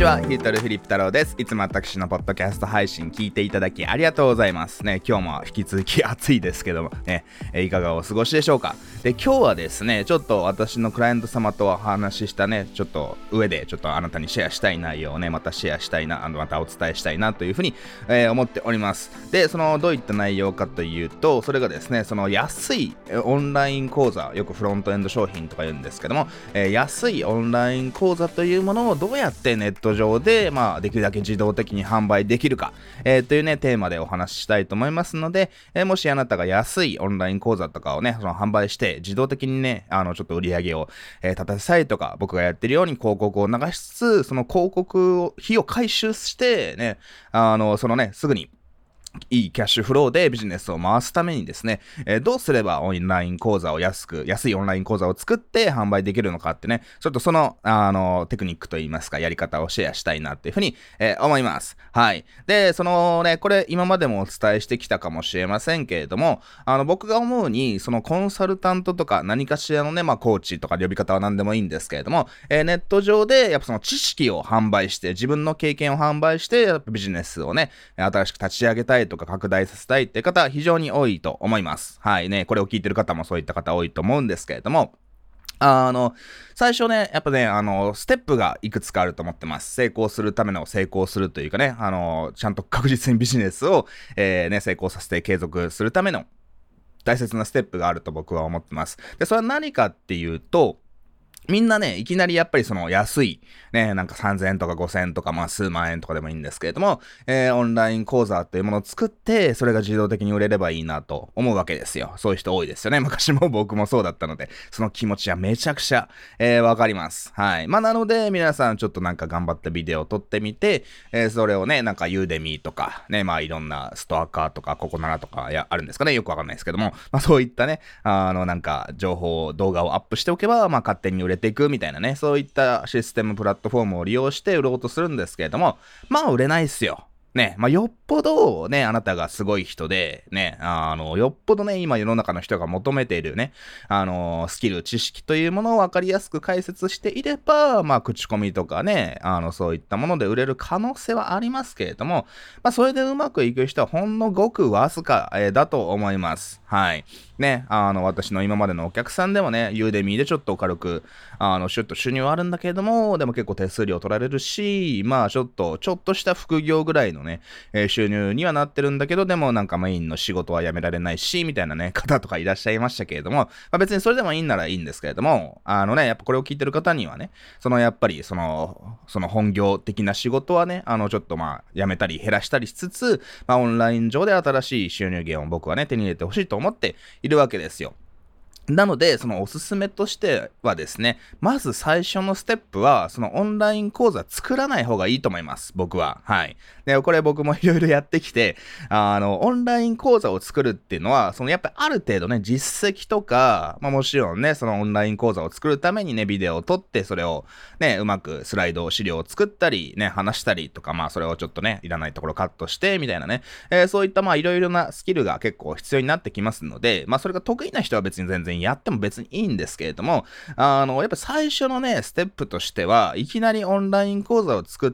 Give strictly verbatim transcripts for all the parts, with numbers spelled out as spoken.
は、ヒートルフリップ太郎です。いつも私のポッドキャスト配信聞いていただきありがとうございますね。今日も引き続き暑いですけどもね、えいかがお過ごしでしょうか。で、今日はですね、ちょっと私のクライアント様とお話ししたね、ちょっと上でちょっとあなたにシェアしたい内容をね、またシェアしたいな、あのまたお伝えしたいなというふうに、えー、思っております。で、そのどういった内容かというと、それがですね、その安いオンライン講座、よくフロントエンド商品とか言うんですけども、えー、安いオンライン講座というものをどうやってネット上で、まあ、できるだけ自動的に販売できるか、えー、というね、テーマでお話ししたいと思いますので、えー、もしあなたが安いオンライン講座とかをね、その販売して自動的にね、あの、ちょっと売り上げを、えー、立たせたいとか、僕がやってるように広告を流しつつ、その広告費を回収してね、あの、そのね、すぐにいいキャッシュフローでビジネスを回すためにですね、えー、どうすればオンライン講座を安く、安いオンライン講座を作って販売できるのかってね、ちょっとその、あの、テクニックといいますか、やり方をシェアしたいなっていうふうに、えー、思います。はい。で、そのね、これ今までもお伝えしてきたかもしれませんけれども、あの、僕が思うに、そのコンサルタントとか何かしらのね、まあ、コーチとか呼び方は何でもいいんですけれども、えー、ネット上でやっぱその知識を販売して、自分の経験を販売して、やっぱビジネスをね、新しく立ち上げたいとか拡大させたいって方非常に多いと思います。はいね、これを聞いてる方もそういった方多いと思うんですけれども、あの、最初ね、やっぱね、あの、ステップがいくつかあると思ってます。成功するための成功するというかね、あの、ちゃんと確実にビジネスを、えー、ね、成功させて継続するための大切なステップがあると僕は思ってます。で、それは何かっていうと、みんなね、いきなりやっぱりその安い、ね、なんかさんぜんえんとかごせんえんとか、まあ数万円とかでもいいんですけれども、えー、オンライン講座っていうものを作って、それが自動的に売れればいいなと思うわけですよ。そういう人多いですよね。昔も僕もそうだったので、その気持ちはめちゃくちゃ、えー、わかります。はい。まあなので、皆さんちょっとなんか頑張ってビデオを撮ってみて、えー、それをね、なんかユーデミーとか、ね、まあいろんなストアカーとか、ココナラとかやあるんですかね。よくわかんないですけども、まあそういったね、あのなんか情報、動画をアップしておけば、まあ勝手に売れていくみたいなね、そういったシステムプラットフォームを利用して売ろうとするんですけれども、まあ売れないっすよ。ね、まあ、よっぽどね、あなたがすごい人で、ね、あの、よっぽどね、今世の中の人が求めているね、あの、スキル、知識というものを分かりやすく解説していれば、まあ、口コミとかね、あの、そういったもので売れる可能性はありますけれども、まあ、それでうまくいく人はほんのごくわずか、えー、だと思います。はい。ね、あの、私の今までのお客さんでもね、ユーデミーでちょっと軽く、あの、シュッと収入はあるんだけれども、でも結構手数料取られるし、まあ、ちょっと、ちょっとした副業ぐらいのね、えー、収入にはなってるんだけど、でもなんかメインの仕事は辞められないし、みたいなね、方とかいらっしゃいましたけれども、まあ、別にそれでもいいんならいいんですけれども、あのね、やっぱこれを聞いてる方にはね、そのやっぱり、その、その本業的な仕事はね、あの、ちょっとまあ、辞めたり減らしたりしつつ、まあ、オンライン上で新しい収入源を僕はね、手に入れてほしいと思っているわけですよ。なので、そのおすすめとしてはですね、まず最初のステップは、そのオンライン講座作らない方がいいと思います。僕は。はい。で、これ僕もいろいろやってきて、あの、オンライン講座を作るっていうのは、そのやっぱりある程度ね、実績とか、まあもちろんね、そのオンライン講座を作るためにね、ビデオを撮って、それをね、うまくスライド、資料を作ったり、ね、話したりとか、まあそれをちょっとね、いらないところカットして、みたいなね、えー、そういったまあいろいろなスキルが結構必要になってきますので、まあそれが得意な人は別に全然やっても別にいいんですけれども、あの、やっぱ最初のね、ステップとしては、いきなりオンライン講座を作って、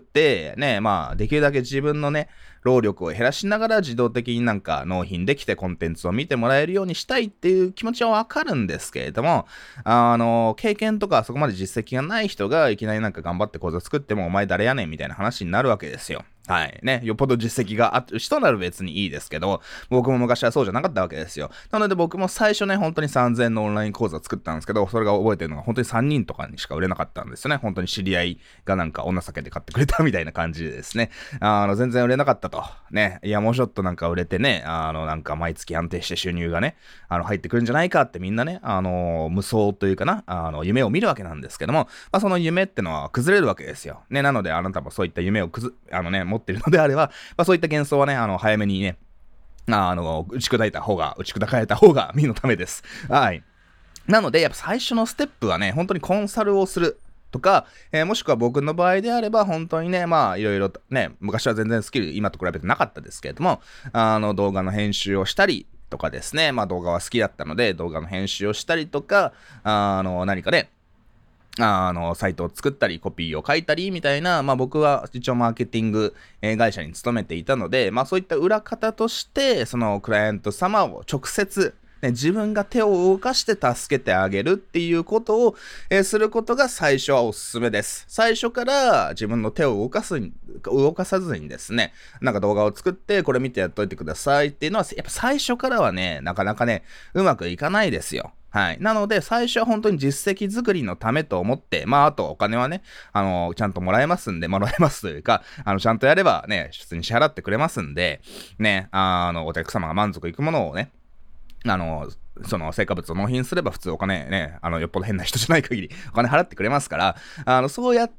ね、まあ、できるだけ自分のね、労力を減らしながら自動的になんか納品できてコンテンツを見てもらえるようにしたいっていう気持ちはわかるんですけれども、あの、経験とかそこまで実績がない人がいきなりなんか頑張って講座作ってもお前誰やねんみたいな話になるわけですよ。はい。ね。よっぽど実績がある人なら別にいいですけど、僕も昔はそうじゃなかったわけですよ。なので僕も最初ね、本当にさんぜんえんのオンライン講座作ったんですけど、それが覚えてるのが本当にさんにんとかにしか売れなかったんですよね。本当に知り合いがなんかお情けで買ってくれたみたいな感じでですね。あの、全然売れなかったと。ね。いや、もうちょっとなんか売れてね、あの、なんか毎月安定して収入がね、あの、入ってくるんじゃないかってみんなね、あの、無双というかな、あの、夢を見るわけなんですけども、まあ、その夢ってのは崩れるわけですよ。ね。なので、あなたもそういった夢をくず、あのね、持ってるのであれば、まあ、そういった幻想はね、あの、早めにね、あの、打ち砕いた方が、打ち砕かれた方が身のためです。はい。なので、やっぱ最初のステップはね、本当にコンサルをする。とか、えー、もしくは僕の場合であれば、本当にね、まあ、いろいろね、昔は全然スキル、今と比べてなかったですけれども、あの、動画の編集をしたりとかですね、まあ、動画は好きだったので、動画の編集をしたりとか、あの、何かね、 あの、サイトを作ったり、コピーを書いたり、みたいな、まあ僕は一応マーケティングえー会社に勤めていたので、まあそういった裏方として、そのクライアント様を直接、ね、自分が手を動かして助けてあげるっていうことを、えーすることが最初はおすすめです。最初から自分の手を動かすに、動かさずにですね、なんか動画を作ってこれ見てやっといてくださいっていうのは、やっぱ最初からはね、なかなかね、うまくいかないですよ。はい。なので、最初は本当に実績作りのためと思って、まあ、あとお金はね、あの、ちゃんともらえますんで、もらえますというか、あの、ちゃんとやればね、普通に支払ってくれますんで、ね、あの、お客様が満足いくものをね、あの、その成果物を納品すれば普通お金ね、あの、よっぽど変な人じゃない限りお金払ってくれますから、あの、そうやって、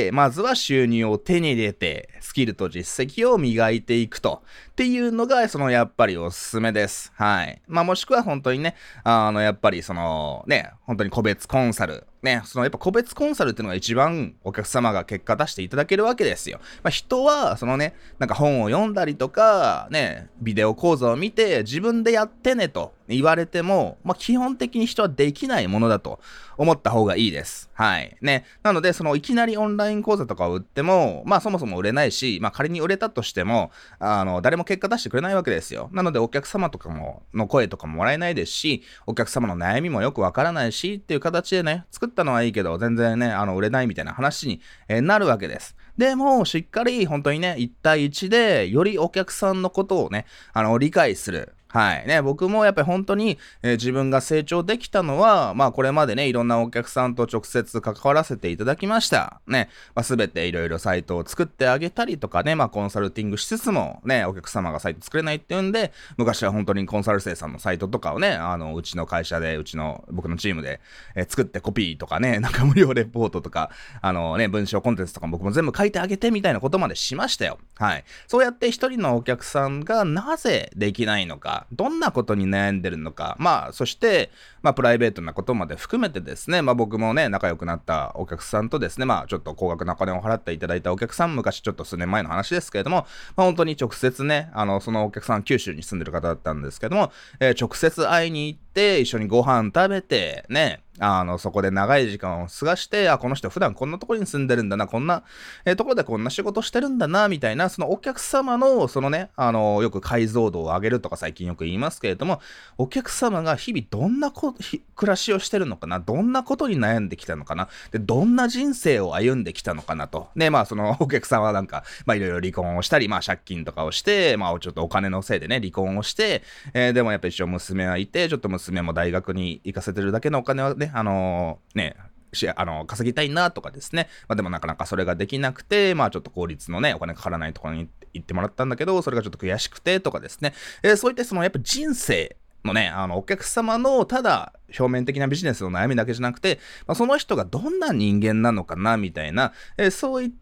まずは収入を手に入れて、スキルと実績を磨いていくと。っていうのが、その、やっぱりおすすめです。はい。まあ、もしくは本当にね、あの、やっぱりその、ね、本当に個別コンサル。ね、そのやっぱ個別コンサルっていうのが一番お客様が結果出していただけるわけですよ。まあ、人は、そのね、なんか本を読んだりとか、ね、ビデオ講座を見て自分でやってねと言われても、まあ、基本的に人はできないものだと思った方がいいです。はい。ね。なので、そのいきなりオンライン講座とかを売っても、まあそもそも売れないし、まあ仮に売れたとしても、あの、誰も結果出してくれないわけですよ。なのでお客様とかも、の声とかももらえないですし、お客様の悩みもよくわからないし、っていう形でね、作ったのはいいけど、全然ね、あの、売れないみたいな話に、えーなるわけです。でも、しっかり本当にね、いち対いちで、よりお客さんのことをね、あの、理解する。はいね、僕もやっぱり本当に、えー自分が成長できたのは、まあこれまでね、いろんなお客さんと直接関わらせていただきました。ね、まあ、全ていろいろサイトを作ってあげたりとかね、まあコンサルティングしつつもね、お客様がサイト作れないっていうんで、昔は本当にコンサル生さんのサイトとかをね、あの、うちの会社で、うちの僕のチームで、えー作ってコピーとかね、なんか無料レポートとか、あのね、文章コンテンツとかも僕も全部書いてあげてみたいなことまでしましたよ。はい。そうやって一人のお客さんがなぜできないのか、どんなことに悩んでるのか、まあ、そして、まあ、プライベートなことまで含めてですね、まあ、僕もね、仲良くなったお客さんとですね、まあ、ちょっと高額なお金を払っていただいたお客さん、昔ちょっと数年前の話ですけれども、まあ、本当に直接ね、あの、そのお客さん、九州に住んでる方だったんですけども、えー直接会いに行って、一緒にご飯食べて、ね、あの、そこで長い時間を過ごして、あ、この人普段こんなところに住んでるんだな、こんな、えーところでこんな仕事してるんだな、みたいな、そのお客様の、そのね、あの、よく解像度を上げるとか最近よく言いますけれども、お客様が日々どんなこひ暮らしをしてるのかな、どんなことに悩んできたのかな、で、どんな人生を歩んできたのかなと。で、まあ、そのお客様はなんか、まあ、いろいろ離婚をしたり、まあ、借金とかをして、まあ、ちょっとお金のせいでね、離婚をして、えーでもやっぱ一応娘はいて、ちょっと娘も大学に行かせてるだけのお金はね、あのーね、しあの、稼ぎたいなとかですね。まあでもなかなかそれができなくて、まあちょっと効率のね、お金かからないところに行ってもらったんだけど、それがちょっと悔しくてとかですね。えーそういったそのやっぱ人生のね、あの、お客様のただ表面的なビジネスの悩みだけじゃなくて、まあ、その人がどんな人間なのかな、みたいな、えーそういった、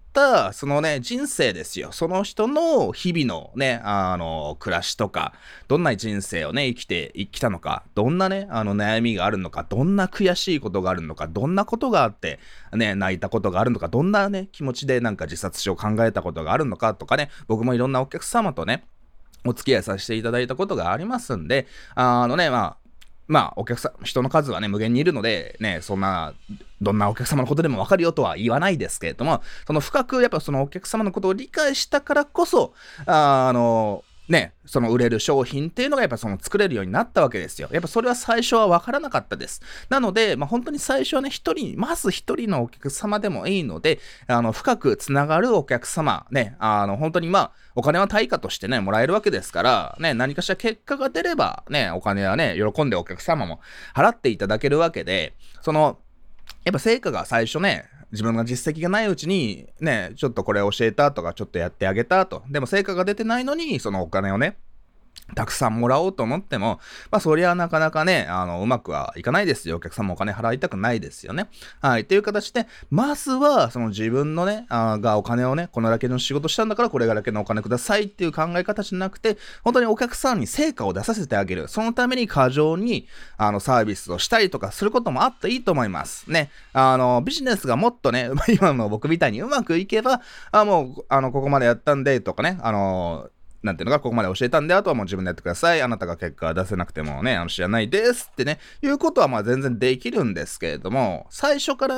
そのね、人生ですよ。その人の日々のね、あの、暮らしとか、どんな人生をね、生きて、生きたのか、どんなね、あの、悩みがあるのか、どんな悔しいことがあるのか、どんなことがあって、ね、泣いたことがあるのか、どんなね、気持ちでなんか自殺しよう考えたことがあるのかとかね、僕もいろんなお客様とね、お付き合いさせていただいたことがありますんで、あのね、まあ、まあ、お客さん、人の数はね、無限にいるので、ね、そんな、どんなお客様のことでも分かるよとは言わないですけれども、その深く、やっぱそのお客様のことを理解したからこそ、ああの、ね、その売れる商品っていうのがやっぱその作れるようになったわけですよ。やっぱそれは最初は分からなかったです。なので、まあ本当に最初はね、一人、まず一人のお客様でもいいので、あの、深くつながるお客様、ね、あの、本当にまあ、お金は対価としてね、もらえるわけですから、ね、何かしら結果が出れば、ね、お金はね、喜んでお客様も払っていただけるわけで、その、やっぱ成果が最初ね、自分が実績がないうちに、ね、ちょっとこれ教えたとか、ちょっとやってあげたと。でも成果が出てないのに、そのお金をね、たくさんもらおうと思っても、まあそりゃなかなかね、あの、うまくはいかないですよ。お客さんもお金払いたくないですよね。はい。っていう形で、まずは、その自分のね、あがお金をね、これだけの仕事したんだから、これだけのお金くださいっていう考え方じゃなくて、本当にお客さんに成果を出させてあげる。そのために過剰に、あの、サービスをしたりとかすることもあっていいと思います。ね。あの、ビジネスがもっとね、今の僕みたいにうまくいけば、あ、もう、あの、ここまでやったんで、とかね、あの、なんていうのか、ここまで教えたんで、あとはもう自分でやってください。あなたが結果出せなくてもね、あの、知らないですってね、いうことはまあ全然できるんですけれども、最初からね、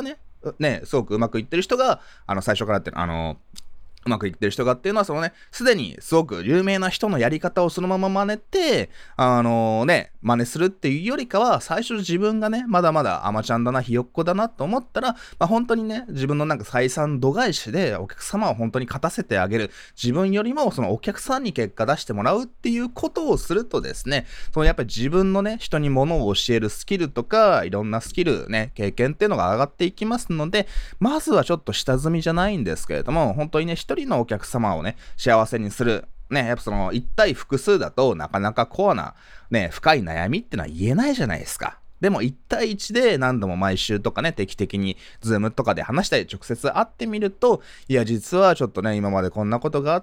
ね、すごくうまくいってる人が、あの、最初からって、あの、うまくいってる人がっていうのは、そのね、すでにすごく有名な人のやり方をそのまま真似て、あのー、ね、真似するっていうよりかは、最初自分がね、まだまだアマちゃんだな、ひよっこだなと思ったら、まあ、本当にね、自分のなんか採算度外視でお客様を本当に勝たせてあげる。自分よりもそのお客さんに結果出してもらうっていうことをするとですね、そのやっぱり自分のね、人に物を教えるスキルとか、いろんなスキルね、経験っていうのが上がっていきますので、まずはちょっと下積みじゃないんですけれども、本当にね、一人のお客様をね、幸せにする。ね、やっぱその一対複数だとなかなかコアな、ね、深い悩みってのは言えないじゃないですか。でもいち対いちで何度も毎週とかね、定期的にズームとかで話したり直接会ってみると、いや実はちょっとね、今までこんなことがあって、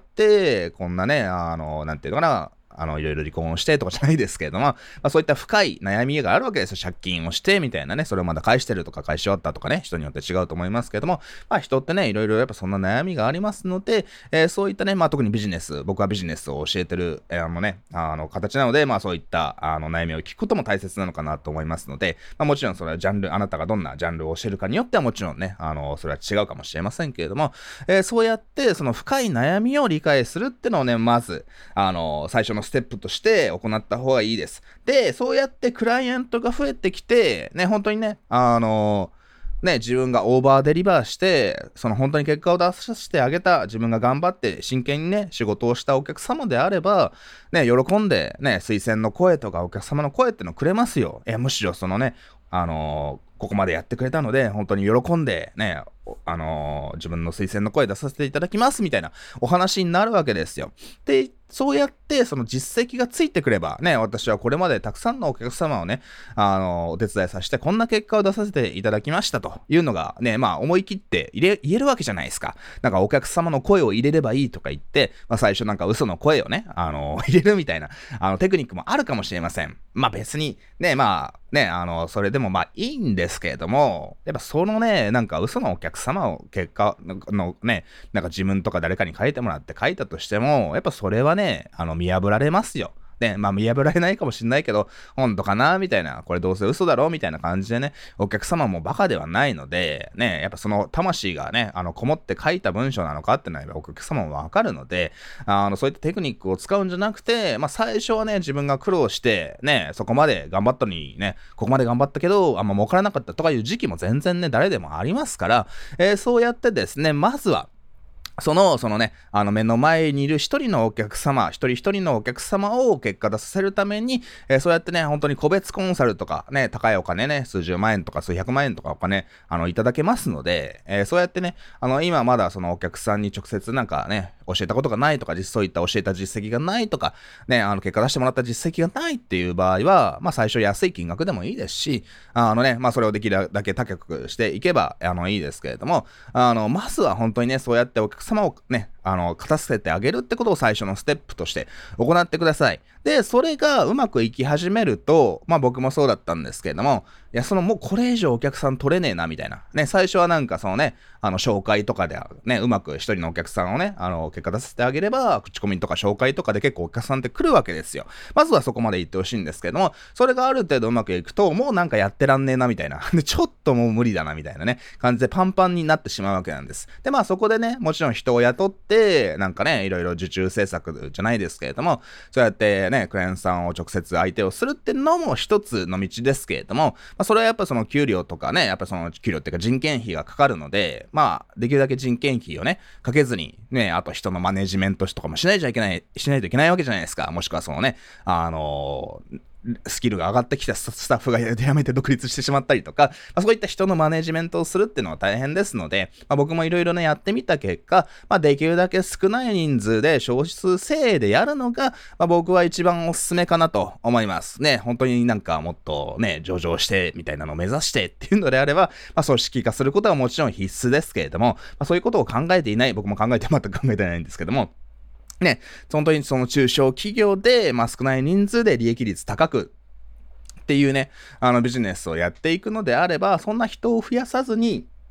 こんなね、あの、なんていうのかな、あの、いろいろ離婚をしてとかじゃないですけれども、まあ、そういった深い悩みがあるわけですよ。借金をしてみたいなね、それをまだ返してるとか返し終わったとかね、人によって違うと思いますけれども、まあ人ってね、いろいろやっぱそんな悩みがありますので、えー、そういったね、まあ特にビジネス、僕はビジネスを教えてる、えー、あのね、あの形なので、まあそういったあの悩みを聞くことも大切なのかなと思いますので、まあもちろんそれはジャンル、あなたがどんなジャンルを教えるかによってはもちろんね、あの、それは違うかもしれませんけれども、えー、そうやってその深い悩みを理解するってのをね、まず、あの、最初のステップとして行った方がいいです。で、そうやってクライアントが増えてきて、ね、本当にね、あのね、自分がオーバーデリバーして、その本当に結果を出させてあげた、自分が頑張って真剣にね、仕事をしたお客様であれば、ね、喜んで、ね、推薦の声とかお客様の声ってのくれますよ。え、むしろそのね、あのー、ここまでやってくれたので、本当に喜んで、ね、あのー、自分の推薦の声出させていただきます、みたいなお話になるわけですよ。で、そうやって、その実績がついてくれば、ね、私はこれまでたくさんのお客様をね、あのー、お手伝いさせて、こんな結果を出させていただきましたというのが、ね、まあ、思い切って入れ、言えるわけじゃないですか。なんかお客様の声を入れればいいとか言って、まあ、最初なんか嘘の声をね、あのー、入れるみたいな、あの、テクニックもあるかもしれません。まあ別に、ね、まあ、ね、あの、それでもまあいいんですけれども、やっぱそのね、なんか嘘のお客様を結果のね、なんか自分とか誰かに書いてもらって書いたとしても、やっぱそれはね、あの見破られますよ。ね、まあ見破られないかもしんないけど、本当かなみたいな、これどうせ嘘だろみたいな感じでね、お客様もバカではないので、ね、やっぱその魂がね、あの、こもって書いた文章なのかってのはお客様もわかるので、あの、そういったテクニックを使うんじゃなくて、まあ最初はね、自分が苦労して、ね、そこまで頑張ったのにね、ここまで頑張ったけど、あんま儲からなかったとかいう時期も全然ね、誰でもありますから、えー、そうやってですね、まずは、その、そのね、あの目の前にいる一人のお客様、一人一人のお客様を結果出させるために、えー、そうやってね、本当に個別コンサルとかね、高いお金ね、数十万円とか数百万円とかお金、あの、いただけますので、えー、そうやってね、あの、今まだそのお客さんに直接なんかね、教えたことがないとか、そういった教えた実績がないとか、ね、あの、結果出してもらった実績がないっていう場合は、まあ最初安い金額でもいいですし、あのね、まあそれをできるだけ高くしていけば、あの、いいですけれども、あの、まずは本当にね、そうやってお客様をね、あの、勝たせてあげるってことを最初のステップとして行ってください。で、それがうまくいき始めると、まあ僕もそうだったんですけれども、いや、そのもうこれ以上お客さん取れねえな、みたいな。ね、最初はなんかそのね、あの、紹介とかでね、うまく一人のお客さんをね、あの、結果出せてあげれば、口コミとか紹介とかで結構お客さんって来るわけですよ。まずはそこまで言ってほしいんですけれども、それがある程度うまくいくと、もうなんかやってらんねえな、みたいな。で、ちょっともう無理だな、みたいなね、感じでパンパンになってしまうわけなんです。で、まあそこでね、もちろん人を雇って、なんかね、いろいろ受注制作じゃないですけれども、そうやってね、クライアントさんを直接相手をするってのも一つの道ですけれども、まあ、それはやっぱその給料とかね、やっぱその給料っていうか人件費がかかるので、まあ、できるだけ人件費をね、かけずに、ね、あと人のマネジメントとかもしないといけない、しないといけないわけじゃないですか。もしくはそのね、あのー、スキルが上がってきたスタッフが辞めて独立してしまったりとか、まあ、そういった人のマネジメントをするっていうのは大変ですので、まあ、僕もいろいろねやってみた結果、まあ、できるだけ少ない人数で少数精鋭でやるのが、まあ、僕は一番おすすめかなと思いますね。本当になんかもっとね上場してみたいなのを目指してっていうのであれば、まあ、組織化することはもちろん必須ですけれども、まあ、そういうことを考えていない、僕も考えて全く考えてないんですけども、ね、本当にその中小企業で、まあ、少ない人数で利益率高くっていうね、あのビジネスをやっていくのであれば、そんな人を増やさずに、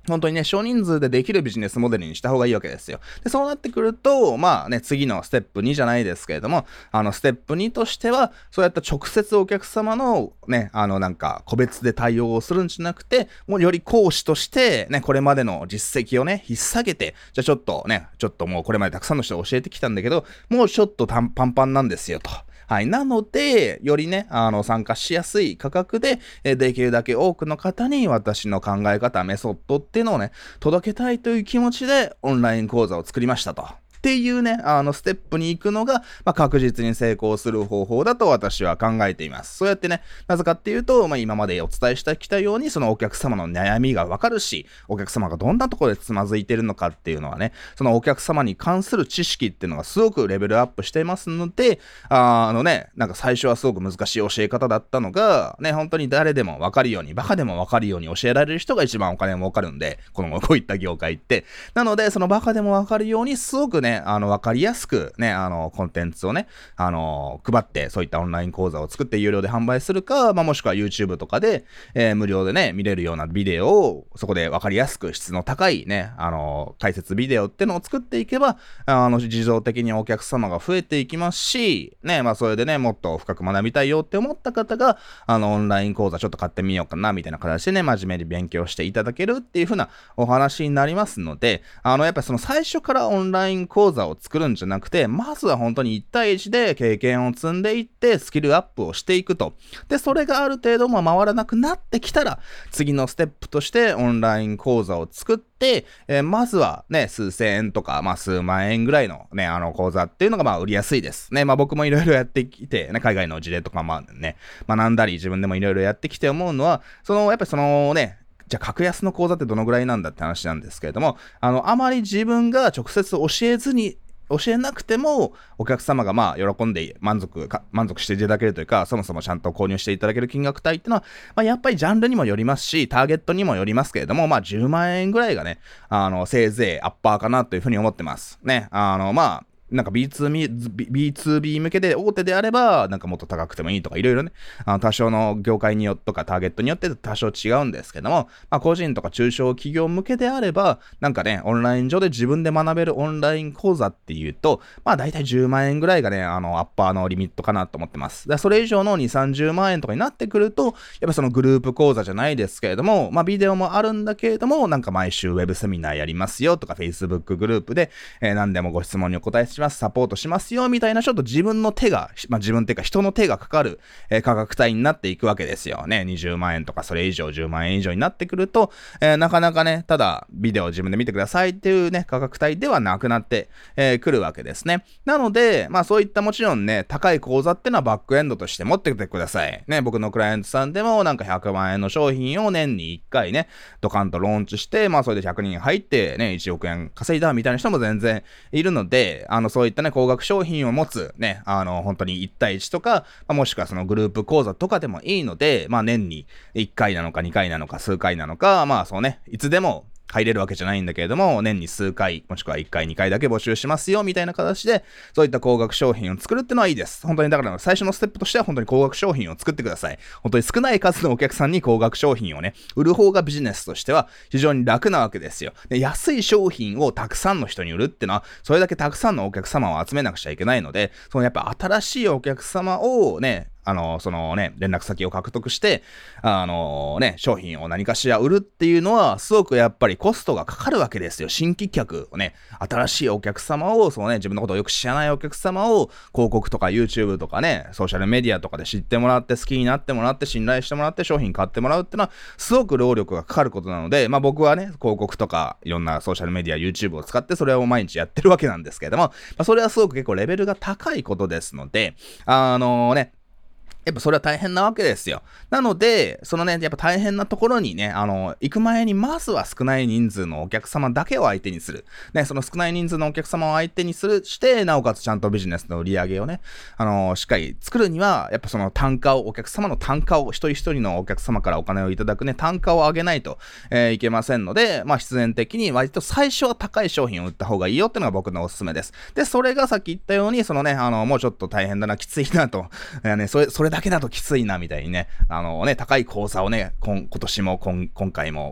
本当にね、少人数でできるビジネスモデルにした方がいいわけですよ。で、そうなってくると、まあね、次のステップにじゃないですけれども、あの、ステップにとしては、そうやって直接お客様のね、あの、なんか、個別で対応をするんじゃなくて、もうより講師として、ね、これまでの実績をね、引っ提げて、じゃあちょっとね、ちょっともうこれまでたくさんの人が教えてきたんだけど、もうちょっとパンパンなんですよ、と。はい。なので、よりね、あの、参加しやすい価格で、えできるだけ多くの方に私の考え方、メソッドっていうのをね、届けたいという気持ちでオンライン講座を作りましたと。っていうね、あの、ステップに行くのが、まあ、確実に成功する方法だと私は考えています。そうやってね、なぜかっていうと、まあ、今までお伝えしてきたように、そのお客様の悩みがわかるし、お客様がどんなところでつまずいてるのかっていうのはね、そのお客様に関する知識っていうのがすごくレベルアップしていますので、あのね、なんか最初はすごく難しい教え方だったのが、ね、本当に誰でもわかるように、バカでもわかるように教えられる人が一番お金もわかるんで、この、こういった業界って。なので、そのバカでもわかるように、すごくね、あの、わかりやすくね、あの、コンテンツをね、あの、配って、そういったオンライン講座を作って有料で販売するか、まあ、もしくは YouTube とかで、えー、無料でね、見れるようなビデオを、そこでわかりやすく質の高いね、あの、解説ビデオってのを作っていけば、あの、自動的にお客様が増えていきますし、ね、まあ、それでね、もっと深く学びたいよって思った方が、あの、オンライン講座ちょっと買ってみようかな、みたいな形でね、真面目に勉強していただけるっていう風なお話になりますので、あの、やっぱりその最初からオンライン講座を作るんじゃなくて、まずは本当にいち対いちで経験を積んでいって、スキルアップをしていくと。で、それがある程度も回らなくなってきたら、次のステップとしてオンライン講座を作って、えー、まずはね、数千円とか、まあ数万円ぐらいのね、あの講座っていうのがまあ売りやすいです。ね、まあ僕もいろいろやってきて、ね、海外の事例とかまあね、学んだり自分でもいろいろやってきて思うのは、その、やっぱりそのね、じゃあ格安の講座ってどのぐらいなんだって話なんですけれども、あの、あまり自分が直接教えずに、教えなくてもお客様がまあ喜んで満足か満足していただけるというか、そもそもちゃんと購入していただける金額帯っていうのは、まあ、やっぱりジャンルにもよりますし、ターゲットにもよりますけれども、まあじゅうまん円ぐらいがね、あのせいぜいアッパーかなというふうに思ってますね。あのまあなんか ビーツービー、ビーツービー 向けで大手であれば、なんかもっと高くてもいいとかいろいろね、あの多少の業界によってとかターゲットによって多少違うんですけども、まあ個人とか中小企業向けであれば、なんかね、オンライン上で自分で学べるオンライン講座っていうと、まあ大体じゅうまん円ぐらいがね、あのアッパーのリミットかなと思ってます。だそれ以上のに、さんじゅうまん円とかになってくると、やっぱそのグループ講座じゃないですけれども、まあビデオもあるんだけれども、なんか毎週ウェブセミナーやりますよとか、Facebook グループで、えー、何でもご質問にお答えします、サポートしますますよみたいな、ちょっと自分の手が、まあ、自分っていうか人の手がかかる、えー、価格帯になっていくわけですよね。にじゅうまん円とかそれ以上じゅうまん円以上になってくると、えー、なかなかね、ただビデオを自分で見てくださいっていうね、価格帯ではなくなってく、えー、るわけですね。なので、まあそういったもちろんね、高い講座ってのはバックエンドとして持ってきてください。ね、僕のクライアントさんでもなんかひゃくまん円の商品を年にいっかいね、ドカンとローンチして、まあそれでひゃくにん入ってね、いちおくえん稼いだみたいな人も全然いるので、あのそういったね、高額商品を持つね、あの、本当にいち対いちとか、まあ、もしくはそのグループ講座とかでもいいので、まあ年にいっかいなのかにかいなのか数回なのか、まあそうね、いつでも入れるわけじゃないんだけれども、年に数回、もしくはいっかい、にかいだけ募集しますよ、みたいな形で、そういった高額商品を作るってのはいいです。本当にだから最初のステップとしては本当に高額商品を作ってください。本当に少ない数のお客さんに高額商品をね、売る方がビジネスとしては非常に楽なわけですよ。で、安い商品をたくさんの人に売るってのは、それだけたくさんのお客様を集めなくちゃいけないので、そのやっぱ新しいお客様をね、あの、そのね、連絡先を獲得して、あのね、商品を何かしら売るっていうのは、すごくやっぱりコストがかかるわけですよ。新規客をね、新しいお客様を、そのね、自分のことをよく知らないお客様を、広告とか YouTube とかね、ソーシャルメディアとかで知ってもらって、好きになってもらって、信頼してもらって、商品買ってもらうっていうのは、すごく労力がかかることなので、まあ僕はね、広告とか、いろんなソーシャルメディア、YouTube を使って、それを毎日やってるわけなんですけれども、まあそれはすごく結構レベルが高いことですので、あのね、やっぱそれは大変なわけですよ。なので、そのね、やっぱ大変なところにね、あの、行く前にまずは少ない人数のお客様だけを相手にする。ね、その少ない人数のお客様を相手にする、して、なおかつちゃんとビジネスの売り上げをね、あの、しっかり作るには、やっぱその単価を、お客様の単価を、一人一人のお客様からお金をいただくね、単価を上げないと、えー、いけませんので、まあ必然的に割と最初は高い商品を売った方がいいよっていうのが僕のおすすめです。で、それがさっき言ったように、そのね、あの、もうちょっと大変だな、きついなと、えー、ね、それ、それだけだときついなみたいにね、あのね、高い講座をね、今, 今年も今今回も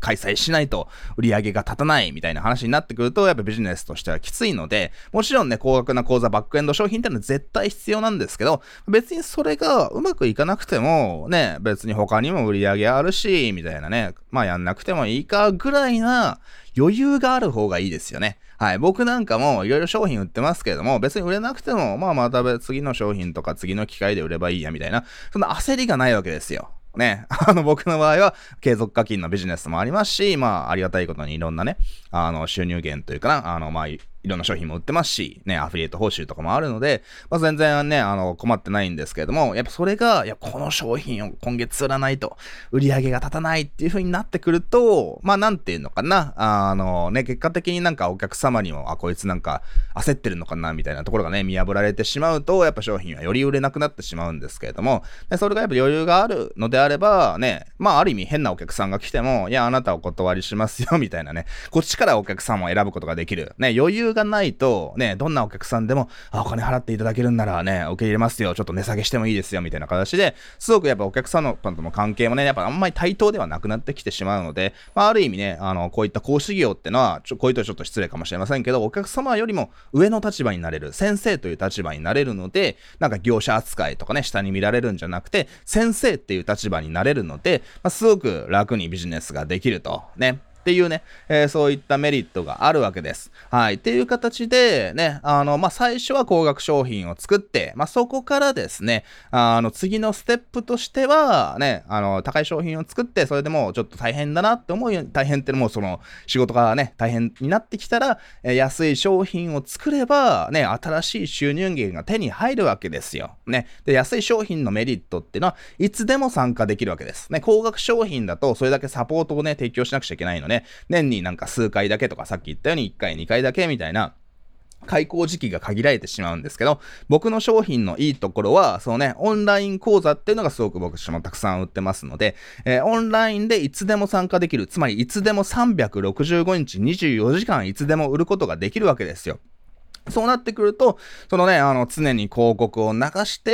開催しないと売り上げが立たないみたいな話になってくると、やっぱビジネスとしてはきついので、もちろんね、高額な講座、バックエンド商品ってのは絶対必要なんですけど、別にそれがうまくいかなくても、ね、別に他にも売り上げあるし、みたいなね、まあやんなくてもいいかぐらいな余裕がある方がいいですよね。はい。僕なんかもいろいろ商品売ってますけれども、別に売れなくても、まあまた次の商品とか次の機会で売ればいいやみたいな、そんな焦りがないわけですよ。ね。あの、僕の場合は、継続課金のビジネスもありますし、まあ、ありがたいことにいろんなね、あの、収入源というかな、あの、まあ、いろんな商品も売ってますし、ね、アフィリエイト報酬とかもあるので、まあ、全然ね、あの、困ってないんですけれども、やっぱそれが、いや、この商品を今月売らないと、売り上げが立たないっていう風になってくると、まあ、なんていうのかな、あの、ね、結果的になんかお客様にも、あ、こいつなんか焦ってるのかな、みたいなところがね、見破られてしまうと、やっぱ商品はより売れなくなってしまうんですけれども、でそれがやっぱ余裕があるのであれば、ね、まあ、ある意味変なお客さんが来ても、いや、あなたお断りしますよ、みたいなね、こっちからお客様を選ぶことができる。ね、余裕がないと、ね、どんなお客さんでも、あ、お金払っていただけるんならね、受け入れますよ、ちょっと値下げしてもいいですよ、みたいな形で、すごくやっぱお客さんのとの関係もね、やっぱあんまり対等ではなくなってきてしまうので、まあ、ある意味ね、あの、こういった講師業ってのは、ちょこういうとちょっと失礼かもしれませんけど、お客様よりも上の立場になれる、先生という立場になれるので、なんか業者扱いとかね、下に見られるんじゃなくて、先生っていう立場になれるので、まあ、すごく楽にビジネスができると、ね。っていうね、えー、そういったメリットがあるわけです。はい。っていう形で、ね、あの、まあ、最初は高額商品を作って、まあ、そこからですね、あの、次のステップとしては、ね、あの、高い商品を作って、それでもうちょっと大変だなって思うように、大変ってもうその、仕事がね、大変になってきたら、えー、安い商品を作れば、ね、新しい収入源が手に入るわけですよ。ね。で、安い商品のメリットっていうのは、いつでも参加できるわけです。ね、高額商品だと、それだけサポートをね、提供しなくちゃいけないので、ね、年になんか数回だけとかさっき言ったようにいっかいにかいだけみたいな開講時期が限られてしまうんですけど、僕の商品のいいところは、そのね、オンライン講座っていうのがすごく僕もたくさん売ってますので、えー、オンラインでいつでも参加できる、つまりいつでもさんびゃくろくじゅうごにちにじゅうよじかんいつでも売ることができるわけですよ。そうなってくると、そのね、あの、常に広告を流して、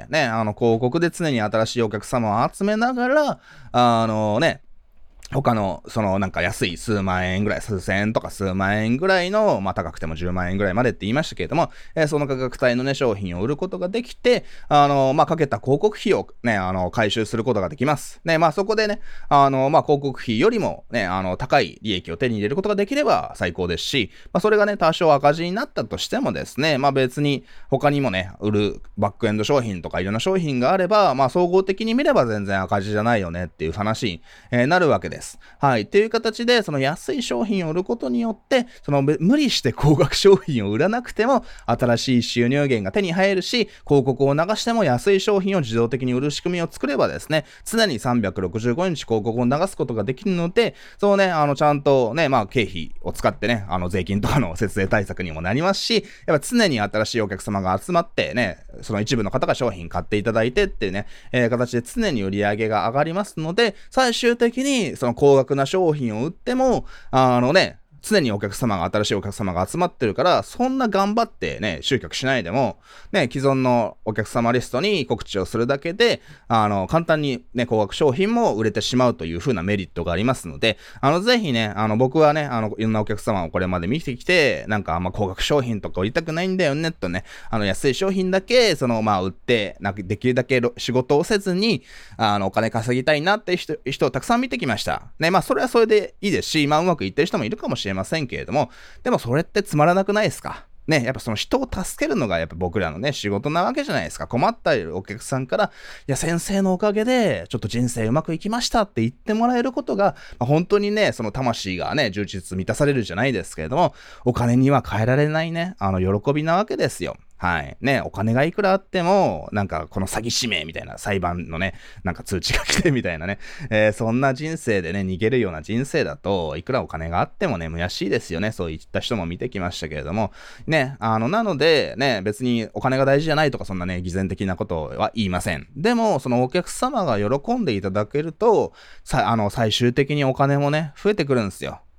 ね、あの、広告で常に新しいお客様を集めながら、あのね、他の、そのなんか安い数万円ぐらい、数千円とか数万円ぐらいの、まあ高くてもじゅうまんえんぐらいまでって言いましたけれども、えー、その価格帯のね、商品を売ることができて、あの、まあかけた広告費をね、あの、回収することができます。ね、まあそこでね、あの、まあ広告費よりもね、あの、高い利益を手に入れることができれば最高ですし、まあそれがね、多少赤字になったとしてもですね、まあ別に他にもね、売るバックエンド商品とかいろんな商品があれば、まあ総合的に見れば全然赤字じゃないよねっていう話に、えー、なるわけです。はい。っていう形で、その安い商品を売ることによって、その無理して高額商品を売らなくても、新しい収入源が手に入るし、広告を流しても安い商品を自動的に売る仕組みを作ればですね、常にさんびゃくろくじゅうごにち広告を流すことができるので、そうね、あの、ちゃんとね、まあ、経費を使ってね、あの、税金とかの節税対策にもなりますし、やっぱ常に新しいお客様が集まってね、その一部の方が商品買っていただいてっていうね、えー、形で常に売り上げが上がりますので、最終的にその高額な商品を売っても、あのね、常にお客様が、新しいお客様が集まってるから、そんな頑張ってね、集客しないでも、ね、既存のお客様リストに告知をするだけで、あの、簡単にね、高額商品も売れてしまうという風なメリットがありますので、あの、ぜひね、あの、僕はね、あの、いろんなお客様をこれまで見てきて、なんかあんま高額商品とか売りたくないんだよね、とね、あの、安い商品だけ、その、まあ、売って、なんかできるだけ仕事をせずに、あの、お金稼ぎたいなっていう人、人をたくさん見てきました。ね、まあ、それはそれでいいですし、まあ、うまくいってる人もいるかもしれませんけれども、でもそれってつまらなくないですか？ね、やっぱその人を助けるのがやっぱ僕らのね、仕事なわけじゃないですか。困っているお客さんから、いや、先生のおかげで、ちょっと人生うまくいきましたって言ってもらえることが、まあ、本当にね、その魂がね、充実満たされるじゃないですけれども、お金には変えられないね、あの、喜びなわけですよ。はい。ね、お金がいくらあっても、なんかこの詐欺指名みたいな裁判のね、なんか通知が来てみたいなね、えー、そんな人生でね、逃げるような人生だと、いくらお金があってもね、むしいですよね。そういった人も見てきましたけれども、ね、あの、なので、ね、別にお金が大事じゃないとか、そんなね、偽善的なことは言いません。でも、そのお客様が喜んでいただけると、さ、あの、最終的にお金もね、増えてくるんですよ。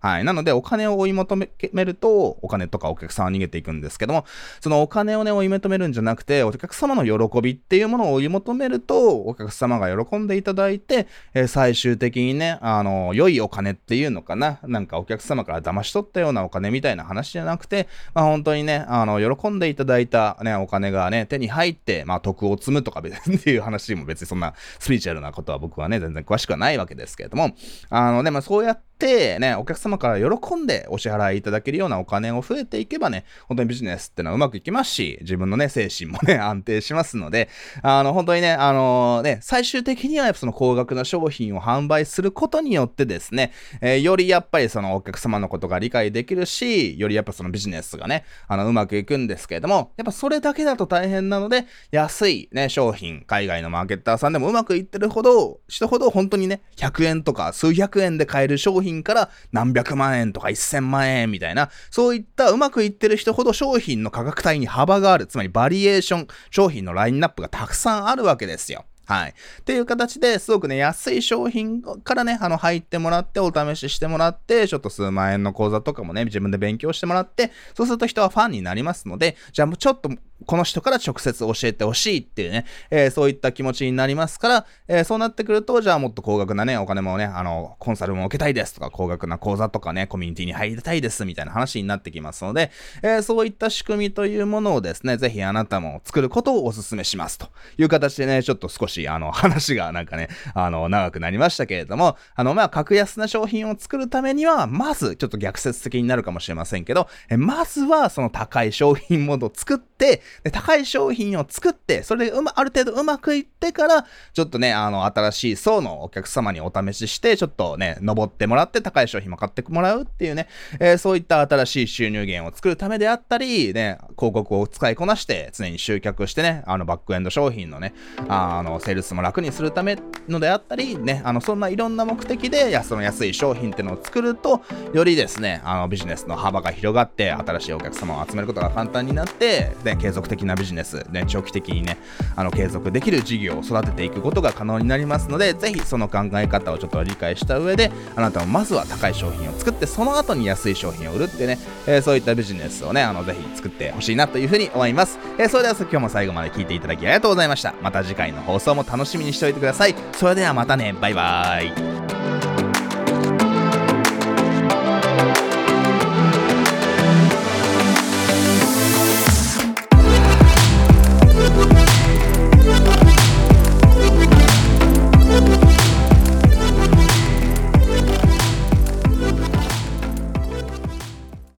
はい。なので、お金を追い求めると、お金とかお客さんは逃げていくんですけども、そのお金をね、追い求めるんじゃなくて、お客様の喜びっていうものを追い求めると、お客様が喜んでいただいて、えー、最終的にね、あの、良いお金っていうのかな、なんかお客様から騙し取ったようなお金みたいな話じゃなくて、まあ本当にね、あの、喜んでいただいたね、お金がね、手に入って、まあ徳を積むとか別にっていう話も別にそんなスピリチュアルなことは僕はね、全然詳しくはないわけですけれども、あのね、まあそうやって、でね、お客様から喜んでお支払いいただけるようなお金を増えていけばね、本当にビジネスってのはうまくいきますし、自分のね、精神もね、安定しますので、あの、本当にね、あのー、ね、最終的にはやっぱその高額な商品を販売することによってですね、えー、よりやっぱりそのお客様のことが理解できるし、よりやっぱそのビジネスがね、あの、うまくいくんですけれども、やっぱそれだけだと大変なので、安いね、商品、海外のマーケッターさんでもうまくいってるほど、人ほど本当にね、ひゃくえんとか数百円で買える商品から何百万円とかせんまん円みたいな、そういったうまくいってる人ほど商品の価格帯に幅がある、つまりバリエーション、商品のラインナップがたくさんあるわけですよ。はい。っていう形ですごくね、安い商品からね、あの、入ってもらって、お試ししてもらって、ちょっと数万円の講座とかもね、自分で勉強してもらって、そうすると人はファンになりますので、じゃあもうちょっと、この人から直接教えてほしいっていうね、えー、そういった気持ちになりますから、えー、そうなってくると、じゃあもっと高額なね、お金もね、あの、コンサルも受けたいですとか、高額な講座とかね、コミュニティに入りたいですみたいな話になってきますので、えー、そういった仕組みというものをですね、ぜひあなたも作ることをお勧めしますという形でね、ちょっと少しあの、話がなんかね、あの、長くなりましたけれども、あの、まあ、格安な商品を作るためには、まず、ちょっと逆説的になるかもしれませんけど、えまずはその高い商品モードを作って、で高い商品を作って、それでうま、ある程度うまくいってから、ちょっとね、あの、新しい層のお客様にお試しして、ちょっとね、登ってもらって高い商品も買ってもらうっていうね、えー、そういった新しい収入源を作るためであったり、ね、広告を使いこなして、常に集客してね、あの、バックエンド商品のね、あの、セールスも楽にするためのであったり、ね、あの、そんないろんな目的で、や、その安い商品っていうのを作ると、よりですね、あの、ビジネスの幅が広がって、新しいお客様を集めることが簡単になって、で、継続的なビジネス、ね、長期的にね、あの、継続できる事業を育てていくことが可能になりますので、ぜひその考え方をちょっと理解した上で、あなたもまずは高い商品を作って、その後に安い商品を売るってね、えー、そういったビジネスをね、あの、ぜひ作ってほしいなというふうに思います。えー、それでは今日も最後まで聞いていただきありがとうございました。また次回の放送も楽しみにしておいてください。それではまたね、バイバーイ。